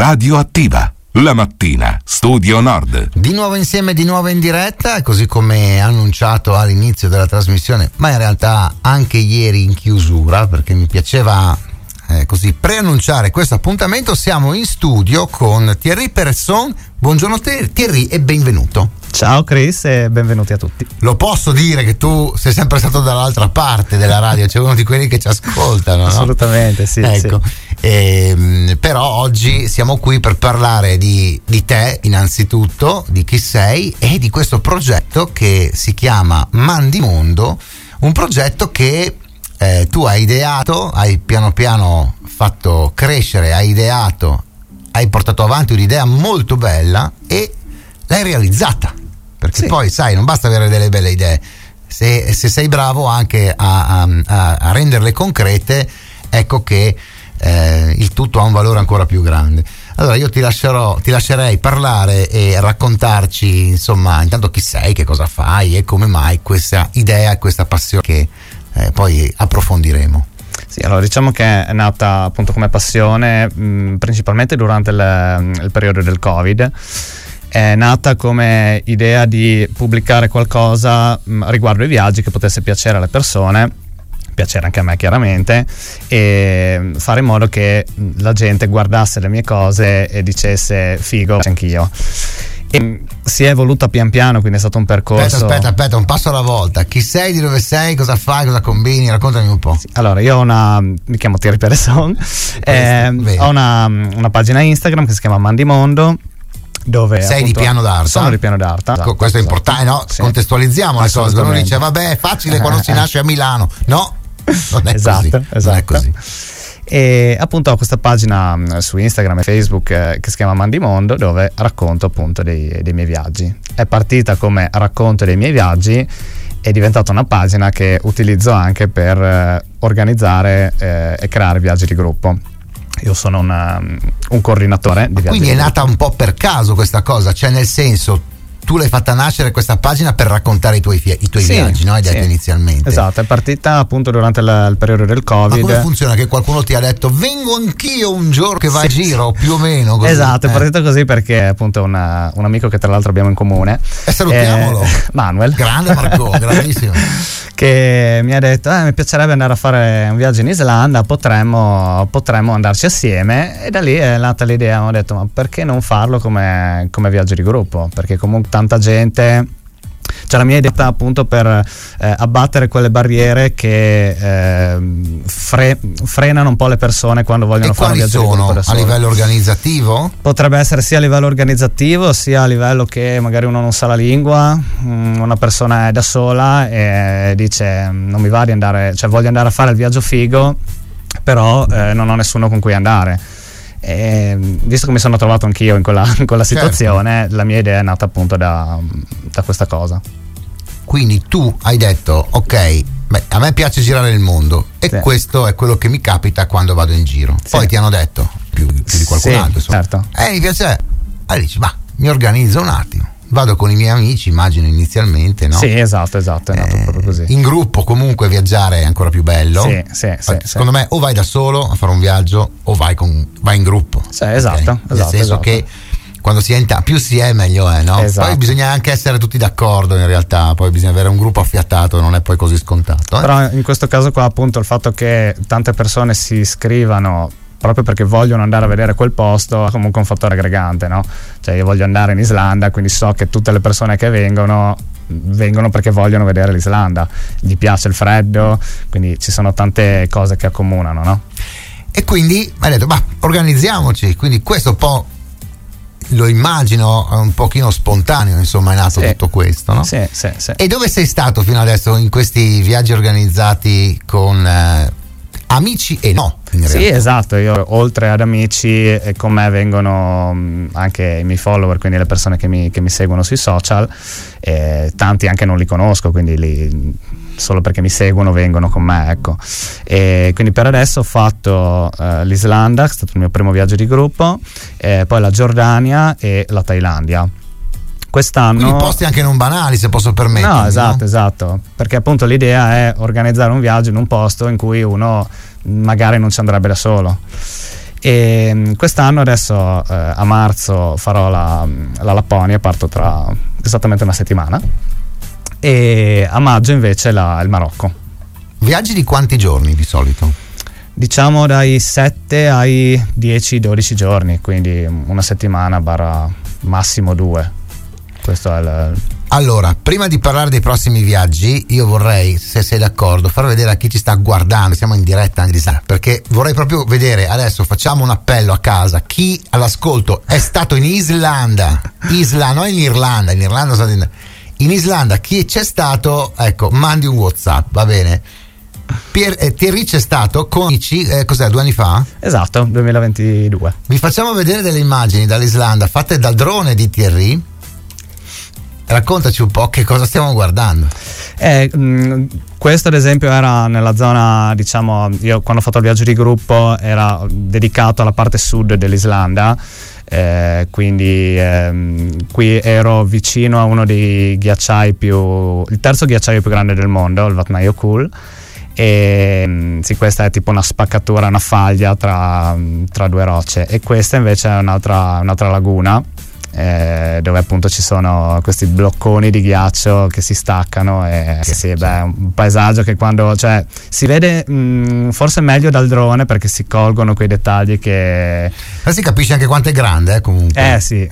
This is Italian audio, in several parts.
Radioattiva. La mattina, Studio Nord. Di nuovo insieme, di nuovo in diretta, così come annunciato all'inizio della trasmissione, ma in realtà anche ieri in chiusura, perché mi piaceva così preannunciare questo appuntamento. Siamo in studio con Thierry Peresson. Buongiorno Thierry e benvenuto. Ciao Chris e benvenuti a tutti. Lo posso dire che tu sei sempre stato dall'altra parte della radio, c'è uno di quelli che ci ascoltano, no? Assolutamente, sì. Ecco. Sì. Però oggi siamo qui per parlare di te innanzitutto, di chi sei e di questo progetto che si chiama Mandimondo, un progetto che tu hai ideato, hai piano piano fatto crescere, hai ideato, hai portato avanti un'idea molto bella e l'hai realizzata, perché sì. Poi sai, non basta avere delle belle idee, se sei bravo anche a renderle concrete, ecco che il tutto ha un valore ancora più grande. Allora io ti lascerei parlare e raccontarci, insomma, intanto chi sei, che cosa fai e come mai questa idea, questa passione che poi approfondiremo. Sì, allora diciamo che è nata appunto come passione principalmente durante il periodo del Covid. È nata come idea di pubblicare qualcosa riguardo ai viaggi che potesse piacere alle persone, piacere anche a me chiaramente, e fare in modo che la gente guardasse le mie cose e dicesse figo anch'io. E si è evoluta pian piano, quindi è stato un percorso. Aspetta, un passo alla volta. Chi sei, di dove sei, cosa fai, cosa combini? Raccontami un po'. Sì, allora io mi chiamo Thierry Peresson, ho una pagina Instagram che si chiama Mandimondo, dove sei appunto, di Piano d'Arta. Sono di Piano d'Arta. Esatto, questo è importante, no? Sì. Contestualizziamo le cose. Uno dice vabbè è facile quando si nasce a Milano. No, non è così. Non è così. E appunto ho questa pagina su Instagram e Facebook che si chiama Mandimondo, dove racconto appunto dei miei viaggi. È partita come racconto dei miei viaggi, è diventata una pagina che utilizzo anche per organizzare e creare viaggi di gruppo. Io sono un coordinatore di viaggi. Quindi è nata un po' per caso questa cosa, cioè nel senso tu l'hai fatta nascere questa pagina per raccontare i tuoi viaggi, no? Hai detto inizialmente. Esatto, è partita appunto durante il periodo del Covid. Ma come funziona? Che qualcuno ti ha detto vengo anch'io un giorno che vai a giro, più o meno così. Esatto, è partita così perché appunto un amico che tra l'altro abbiamo in comune, e salutiamolo, Manuel, grande Marco, grandissimo, che mi ha detto mi piacerebbe andare a fare un viaggio in Islanda, potremmo andarci assieme, e da lì è nata l'idea. Ho detto ma perché non farlo come viaggio di gruppo, perché comunque tanta gente, cioè la mia idea appunto per abbattere quelle barriere che frenano un po' le persone quando vogliono fare un viaggio di gruppo da solo. A livello organizzativo? Potrebbe essere sia a livello organizzativo, sia a livello che magari uno non sa la lingua, una persona è da sola e dice non mi va di andare, cioè voglio andare a fare il viaggio figo, però non ho nessuno con cui andare. E visto che mi sono trovato anch'io in quella situazione, certo, la mia idea è nata appunto da questa cosa. Quindi tu hai detto ok, a me piace girare il mondo e sì, questo è quello che mi capita quando vado in giro. Poi sì, ti hanno detto più di qualcun altro, insomma. Certo. Mi piace, allora dici mi organizzo un attimo, vado con i miei amici, immagino inizialmente, no? Sì, esatto, è nato proprio così. In gruppo comunque viaggiare è ancora più bello. Sì. Secondo me o vai da solo a fare un viaggio o vai in gruppo. Sì, esatto. Nel senso che quando si è più si è meglio è, no? Esatto. Poi bisogna anche essere tutti d'accordo in realtà, poi bisogna avere un gruppo affiatato, non è poi così scontato. Però in questo caso qua appunto il fatto che tante persone si iscrivano proprio perché vogliono andare a vedere quel posto è comunque un fattore aggregante, no? Cioè io voglio andare in Islanda, quindi so che tutte le persone che vengono perché vogliono vedere l'Islanda, gli piace il freddo, quindi ci sono tante cose che accomunano, no? E quindi hai detto organizziamoci, quindi questo un po' lo immagino un pochino spontaneo, insomma è nato tutto questo, no? Sì. E dove sei stato fino adesso in questi viaggi organizzati con amici e no? Sì, esatto, io oltre ad amici con me vengono anche i miei follower, quindi le persone che mi seguono sui social, tanti anche non li conosco, quindi solo perché mi seguono vengono con me, ecco. E quindi per adesso ho fatto l'Islanda, che è stato il mio primo viaggio di gruppo, poi la Giordania e la Thailandia. Quest'anno, quindi posti anche non banali, se posso permettermi. No, esatto, perché appunto l'idea è organizzare un viaggio in un posto in cui uno magari non ci andrebbe da solo. E quest'anno adesso a marzo farò la Lapponia, parto tra esattamente una settimana, e a maggio invece il Marocco. Viaggi di quanti giorni di solito? Diciamo dai 7 ai 10-12 giorni, quindi una settimana barra massimo 2. Questo è Allora, prima di parlare dei prossimi viaggi, io vorrei, se sei d'accordo, far vedere a chi ci sta guardando, siamo in diretta anche perché vorrei proprio vedere, adesso facciamo un appello a casa, chi all'ascolto è stato in Islanda, non in Irlanda, in Islanda, chi c'è stato, ecco, mandi un WhatsApp, va bene? Thierry c'è stato con amici, cos'è, 2 anni fa? Esatto, 2022. Vi facciamo vedere delle immagini dall'Islanda fatte dal drone di Thierry. Raccontaci un po' che cosa stiamo guardando. Questo ad esempio era nella zona, diciamo, io quando ho fatto il viaggio di gruppo era dedicato alla parte sud dell'Islanda, quindi qui ero vicino a uno dei ghiacciai il terzo ghiacciaio più grande del mondo, il Vatnajökull, e sì, questa è tipo una spaccatura, una faglia tra 2 rocce, e questa invece è un'altra laguna, dove appunto ci sono questi blocconi di ghiaccio che si staccano, e è un paesaggio che quando, cioè, si vede forse meglio dal drone perché si colgono quei dettagli che si capisce anche quanto è grande, comunque. Sì.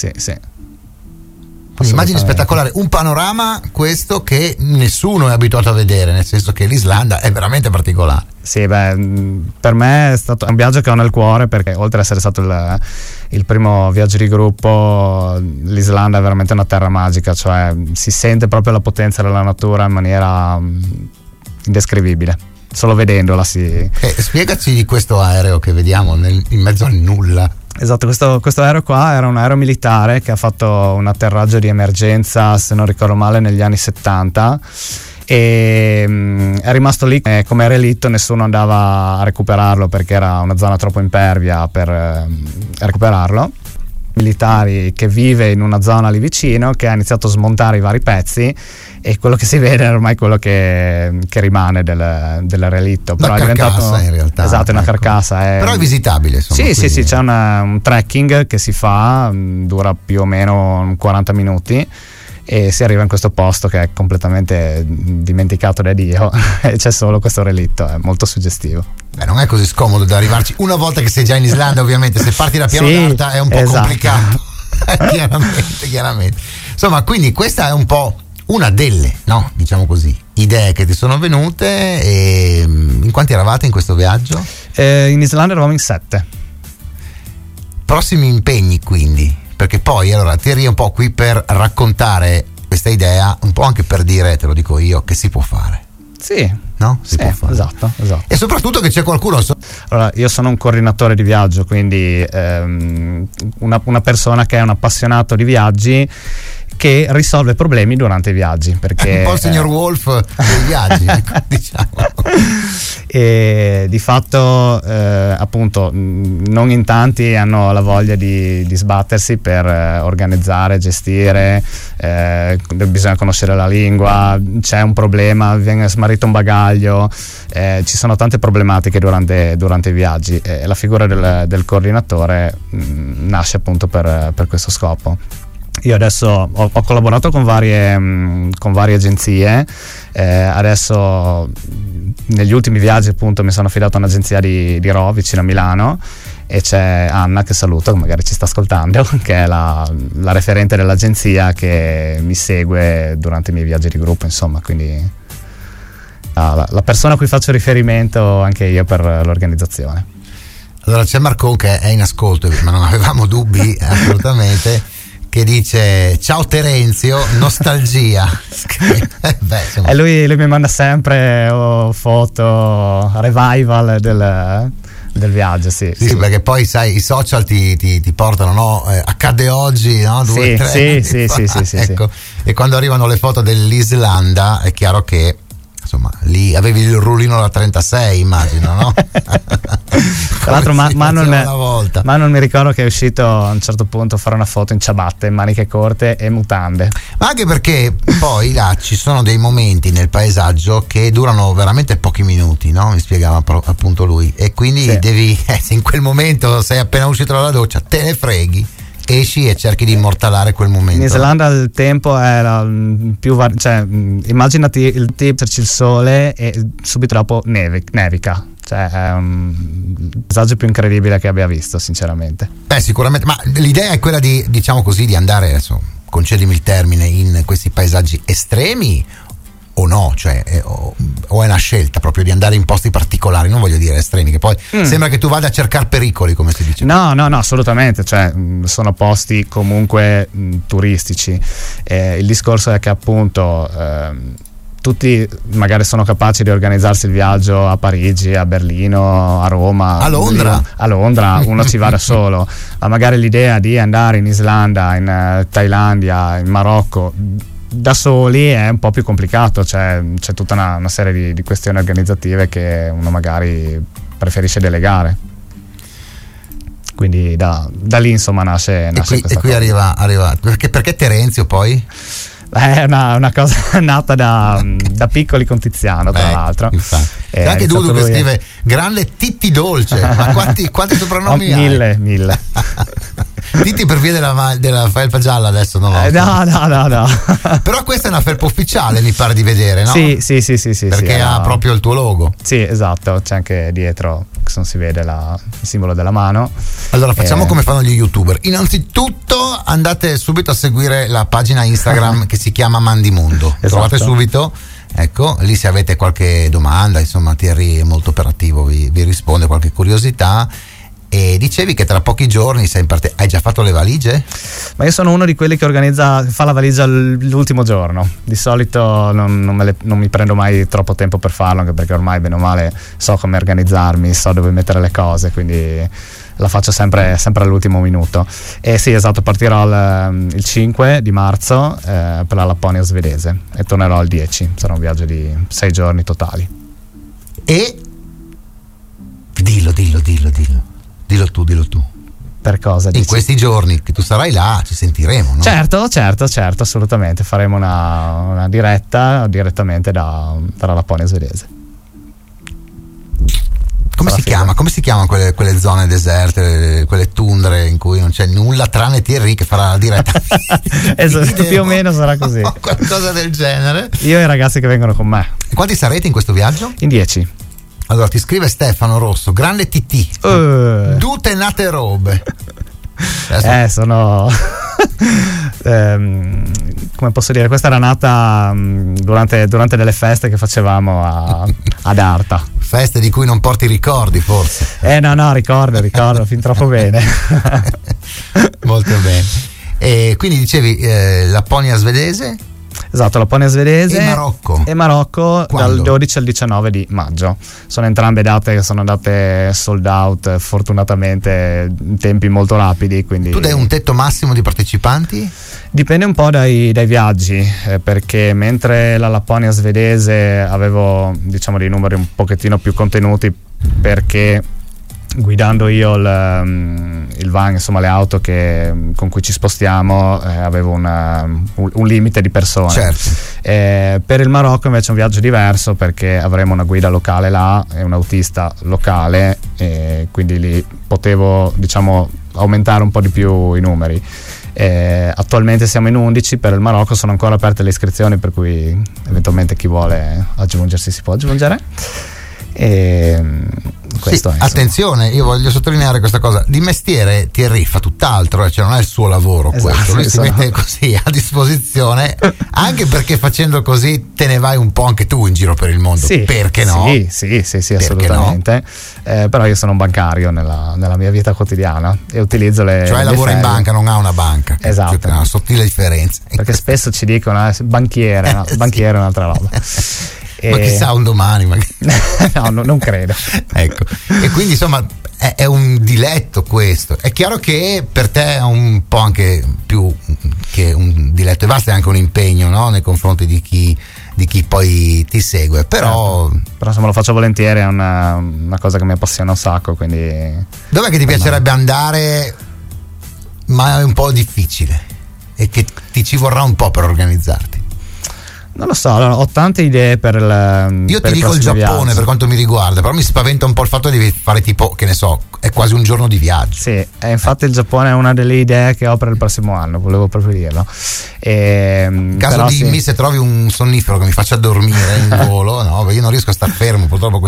Immagini spettacolari, un panorama questo che nessuno è abituato a vedere, nel senso che l'Islanda è veramente particolare. Sì, per me è stato un viaggio che ho nel cuore, perché oltre ad essere stato il primo viaggio di gruppo, l'Islanda è veramente una terra magica, cioè si sente proprio la potenza della natura in maniera indescrivibile. Solo vedendola spiegaci di questo aereo che vediamo in mezzo al nulla. Esatto, questo aereo qua era un aereo militare che ha fatto un atterraggio di emergenza, se non ricordo male, negli anni 70, e è rimasto lì come relitto. Nessuno andava a recuperarlo perché era una zona troppo impervia per recuperarlo. Militari che vive in una zona lì vicino, che ha iniziato a smontare i vari pezzi, e quello che si vede è ormai quello che rimane del relitto. Però è diventato, in realtà, esatto, è una carcassa, però è visitabile, insomma. Sì, c'è un trekking che si fa, dura più o meno 40 minuti, e si arriva in questo posto che è completamente dimenticato da Dio e c'è solo questo relitto, è molto suggestivo. Non è così scomodo da arrivarci una volta che sei già in Islanda, ovviamente. Se parti da Piano d'Arta è un po' complicato. chiaramente. Insomma, quindi questa è un po' una delle, diciamo così, idee che ti sono venute. E in quanti eravate in questo viaggio? In Islanda eravamo in 7. Prossimi impegni, quindi, perché poi allora Thierry è un po' qui per raccontare questa idea, un po' anche per dire, te lo dico io, che si può fare. Sì. Si può fare. Esatto. E soprattutto che c'è qualcuno. Allora, io sono un coordinatore di viaggio, quindi una persona che è un appassionato di viaggi, che risolve problemi durante i viaggi, perché un po' il signor Wolf dei viaggi, diciamo. E di fatto appunto non in tanti hanno la voglia di sbattersi per organizzare, gestire, bisogna conoscere la lingua, c'è un problema, viene smarrito un bagaglio, ci sono tante problematiche durante i viaggi, e la figura del coordinatore nasce appunto per questo scopo. Io adesso ho collaborato con varie agenzie, adesso negli ultimi viaggi appunto mi sono affidato a un'agenzia di Rho vicino a Milano, e c'è Anna, che saluto, che magari ci sta ascoltando, che è la referente dell'agenzia, che mi segue durante i miei viaggi di gruppo, insomma, quindi la persona a cui faccio riferimento anche io per l'organizzazione. Allora c'è Marco che è in ascolto, ma non avevamo dubbi assolutamente, che dice: ciao Terenzio, nostalgia. E lui mi manda sempre foto revival del viaggio, sì, perché poi sai, i social ti portano, accade oggi, 2, 3 sì, ecco. E quando arrivano le foto dell'Islanda è chiaro che insomma, lì avevi il rullino da 36, immagino, no? Tra l'altro non mi ricordo che è uscito a un certo punto a fare una foto in ciabatte, maniche corte e mutande. Ma anche perché poi là ci sono dei momenti nel paesaggio che durano veramente pochi minuti, no? Mi spiegava appunto lui, e quindi sì, devi, se in quel momento sei appena uscito dalla doccia, te ne freghi, esci e cerchi di immortalare quel momento. In Islanda il tempo era più cioè immaginati il esserci il sole e subito dopo nevica. Cioè è un paesaggio più incredibile che abbia visto, sinceramente. Sicuramente, ma l'idea è quella di, diciamo così, di andare, adesso concedimi il termine, in questi paesaggi estremi o no? Cioè o è una scelta proprio di andare in posti particolari, non voglio dire estremi, che poi sembra che tu vada a cercare pericoli, come si dice. No, assolutamente, cioè sono posti comunque turistici. Il discorso è che appunto tutti magari sono capaci di organizzarsi il viaggio a Parigi, a Berlino, a Roma, a Londra, uno ci va da solo, ma magari l'idea di andare in Islanda, in Thailandia, in Marocco da soli è un po' più complicato, cioè c'è tutta una serie di questioni organizzative che uno magari preferisce delegare. Quindi da lì insomma nasce questa e qui cosa. arriva perché Terenzio poi? È una cosa nata da piccoli con Tiziano, tra l'altro. C'è anche Dudu che scrive grande Titti Dolce, ma quanti soprannomi hai? 1000. Titti per via della felpa gialla, adesso non lo so. No. Però questa è una felpa ufficiale, mi pare di vedere, no? Sì. Perché ha proprio il tuo logo. Sì, esatto, c'è anche dietro, se non si vede il simbolo della mano. Allora facciamo come fanno gli youtuber. Innanzitutto andate subito a seguire la pagina Instagram che si chiama Mandimundo. Esatto. Trovate subito, ecco, lì se avete qualche domanda, insomma Thierry è molto operativo, vi risponde, qualche curiosità. E dicevi che tra pochi giorni sei in parte. Hai già fatto le valigie? Ma io sono uno di quelli che fa la valigia l'ultimo giorno. Di solito non mi prendo mai troppo tempo per farlo, anche perché ormai bene o male so come organizzarmi, so dove mettere le cose, quindi la faccio sempre all'ultimo minuto. E sì, esatto, partirò il 5 di marzo per la Lapponia svedese e tornerò il 10. Sarà un viaggio di 6 giorni totali. E dillo tu. Per cosa? In questi giorni che tu sarai là ci sentiremo, no? Certo, assolutamente. Faremo una diretta direttamente dalla Lapponia svedese. Come si chiama quelle zone deserte, quelle tundre in cui non c'è nulla tranne Thierry che farà la diretta? Esatto, più o meno sarà così. Qualcosa del genere. Io e i ragazzi che vengono con me. E quanti sarete in questo viaggio? In 10. Allora ti scrive Stefano Rosso, grande TT, dute nate robe. Sono come posso dire, questa era nata durante delle feste che facevamo ad Arta. Feste di cui non porti ricordi, forse? No, ricordo fin troppo bene. Molto bene. E quindi dicevi Lapponia svedese? Esatto, Lapponia svedese e Marocco dal 12 al 19 di maggio. Sono entrambe date che sono andate sold out, fortunatamente in tempi molto rapidi. Quindi tu dai un tetto massimo di partecipanti? Dipende un po' dai viaggi, perché mentre la Lapponia svedese avevo, diciamo, dei numeri un pochettino più contenuti, perché guidando io il van, insomma le auto con cui ci spostiamo, avevo un limite di persone. Certo. Per il Marocco invece è un viaggio diverso, perché avremo una guida locale là e un autista locale, e quindi lì potevo, diciamo, aumentare un po' di più i numeri. Attualmente siamo in 11, per il Marocco sono ancora aperte le iscrizioni, per cui eventualmente chi vuole aggiungersi si può aggiungere. Questo sì, è, attenzione, io voglio sottolineare questa cosa: di mestiere Thierry fa tutt'altro, cioè non è il suo lavoro, esatto, questo, lui si mette così a disposizione, anche perché facendo così te ne vai un po' anche tu in giro per il mondo, sì, perché no? Sì, assolutamente, no? Però io sono un bancario nella mia vita quotidiana e utilizzo cioè lavora in banca, non ha una banca, esatto, cioè, una sottile differenza, perché spesso ci dicono banchiere, no? Banchiere è un'altra roba. Ma chissà un domani no, non credo. Ecco, e quindi insomma è un diletto questo. È chiaro che per te è un po' anche più che un diletto e basta, è anche un impegno, no? Nei confronti di chi di chi poi ti segue, però insomma lo faccio volentieri, è una cosa che mi appassiona un sacco, quindi dov'è che ti piacerebbe andare ma è un po' difficile e che ti ci vorrà un po' per organizzarti? Non lo so, allora, ho tante idee per il io per ti dico il Giappone viaggi. Per quanto mi riguarda, però mi spaventa un po' il fatto di fare tipo, che ne so, è quasi un giorno di viaggio. Sì, infatti il Giappone è una delle idee che ho per il prossimo anno, volevo proprio dirlo. In caso dimmi se trovi un sonnifero che mi faccia dormire in volo, no, perché io non riesco a star fermo, purtroppo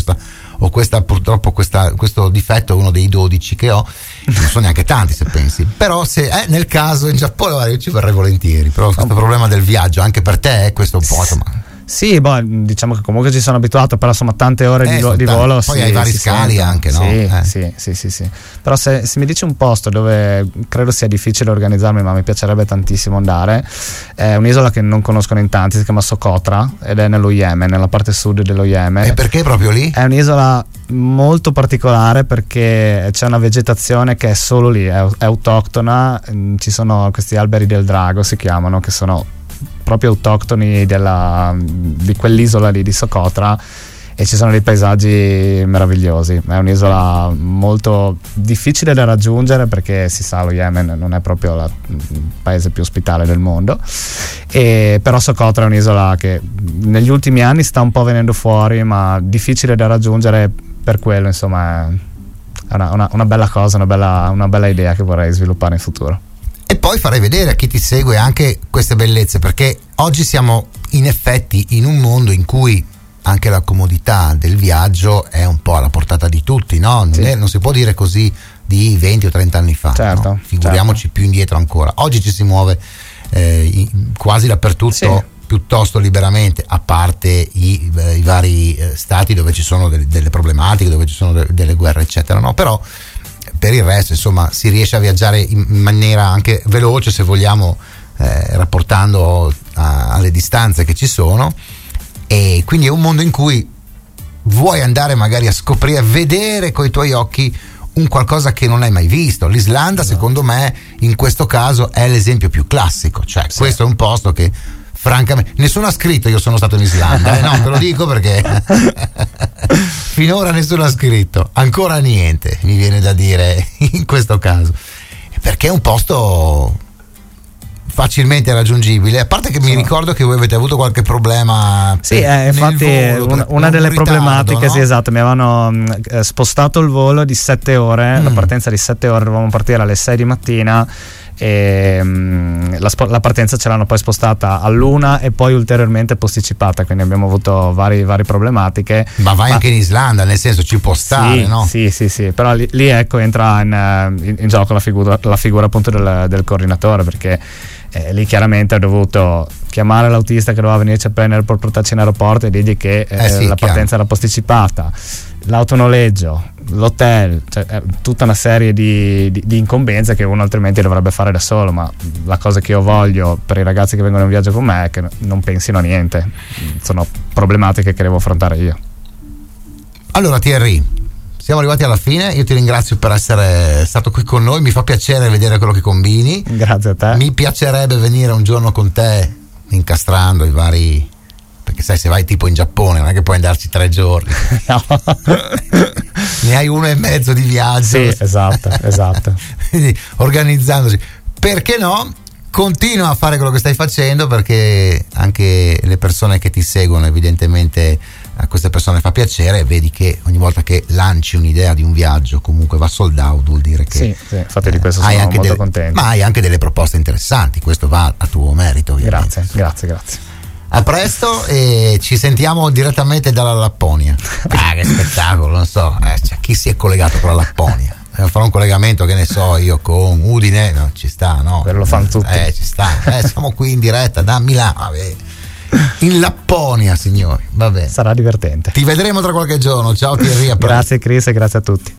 questo difetto è uno dei 12 che ho, non sono neanche tanti se pensi, però se è nel caso in Giappone guarda, io ci verrei volentieri, però questo problema del viaggio anche per te è questo un po', insomma. Sì, diciamo che comunque ci sono abituato, però insomma tante ore di volo. Poi hai vari scali anche, no? Sì. Però se mi dici un posto dove credo sia difficile organizzarmi, ma mi piacerebbe tantissimo andare, è un'isola che non conoscono in tanti, si chiama Socotra ed è nello Yemen, nella parte sud dello Yemen. E perché proprio lì? È un'isola molto particolare perché c'è una vegetazione che è solo lì, è autoctona, ci sono questi alberi del drago, si chiamano, che sono proprio autoctoni di quell'isola lì di Socotra, e ci sono dei paesaggi meravigliosi. È un'isola molto difficile da raggiungere perché si sa, lo Yemen non è proprio il paese più ospitale del mondo, però Socotra è un'isola che negli ultimi anni sta un po' venendo fuori, ma difficile da raggiungere, per quello insomma è una bella cosa, una bella idea che vorrei sviluppare in futuro. E poi farei vedere a chi ti segue anche queste bellezze, perché oggi siamo in effetti in un mondo in cui anche la comodità del viaggio è un po' alla portata di tutti, no? Non si può dire così di 20 o 30 anni fa, certo, no? Figuriamoci più indietro ancora. Oggi ci si muove quasi dappertutto piuttosto liberamente, a parte i vari stati dove ci sono delle problematiche, dove ci sono delle guerre eccetera, no? Però per il resto insomma si riesce a viaggiare in maniera anche veloce, se vogliamo, rapportando alle distanze che ci sono, e quindi è un mondo in cui vuoi andare magari a scoprire, vedere coi tuoi occhi un qualcosa che non hai mai visto. L'Islanda secondo me in questo caso è l'esempio più classico, cioè questo è un posto che francamente nessuno ha scritto io sono stato in Islanda, no, te lo dico perché finora nessuno ha scritto, ancora niente, mi viene da dire in questo caso, perché è un posto facilmente raggiungibile, a parte che mi ricordo che voi avete avuto qualche problema. Infatti una delle problematiche, no? Sì, esatto, mi avevano spostato il volo di 7 ore, la partenza di 7 ore, dovevamo partire alle 6 di mattina e la partenza ce l'hanno poi spostata all'1 e poi ulteriormente posticipata, quindi abbiamo avuto varie problematiche. Ma anche in Islanda, nel senso ci può stare, no? Sì, però lì ecco entra in gioco la figura appunto del coordinatore, perché lì chiaramente ho dovuto chiamare l'autista che doveva venirci a prendere per portarci in aeroporto e dirgli che la partenza era posticipata, l'autonoleggio, l'hotel, cioè tutta una serie di incombenze che uno altrimenti dovrebbe fare da solo, ma la cosa che io voglio per i ragazzi che vengono in viaggio con me è che non pensino a niente, sono problematiche che devo affrontare io. Allora Thierry, siamo arrivati alla fine, io ti ringrazio per essere stato qui con noi, mi fa piacere vedere quello che combini. Grazie a te. Mi piacerebbe venire un giorno con te incastrando i vari, perché sai, se vai tipo in Giappone non è che puoi andarci 3 giorni. No. Ne hai 1 e mezzo di viaggio. Sì, esatto. Quindi organizzandosi, perché no? Continua a fare quello che stai facendo, perché anche le persone che ti seguono, evidentemente a queste persone fa piacere. Vedi che ogni volta che lanci un'idea di un viaggio comunque va sold out, vuol dire che sì, infatti di questo sono molto contento. Ma hai anche delle proposte interessanti, questo va a tuo merito ovviamente. Grazie. A presto e ci sentiamo direttamente dalla Lapponia. Che spettacolo, non so, chi si è collegato con la Lapponia? Fare un collegamento, che ne so io, con Udine, no, ci sta, no? Quello lo fanno tutti. Ci sta, siamo qui in diretta da Milano, vabbè. In Lapponia, signori, va bene. Sarà divertente. Ti vedremo tra qualche giorno. Ciao Thierry. Grazie Chris e grazie a tutti.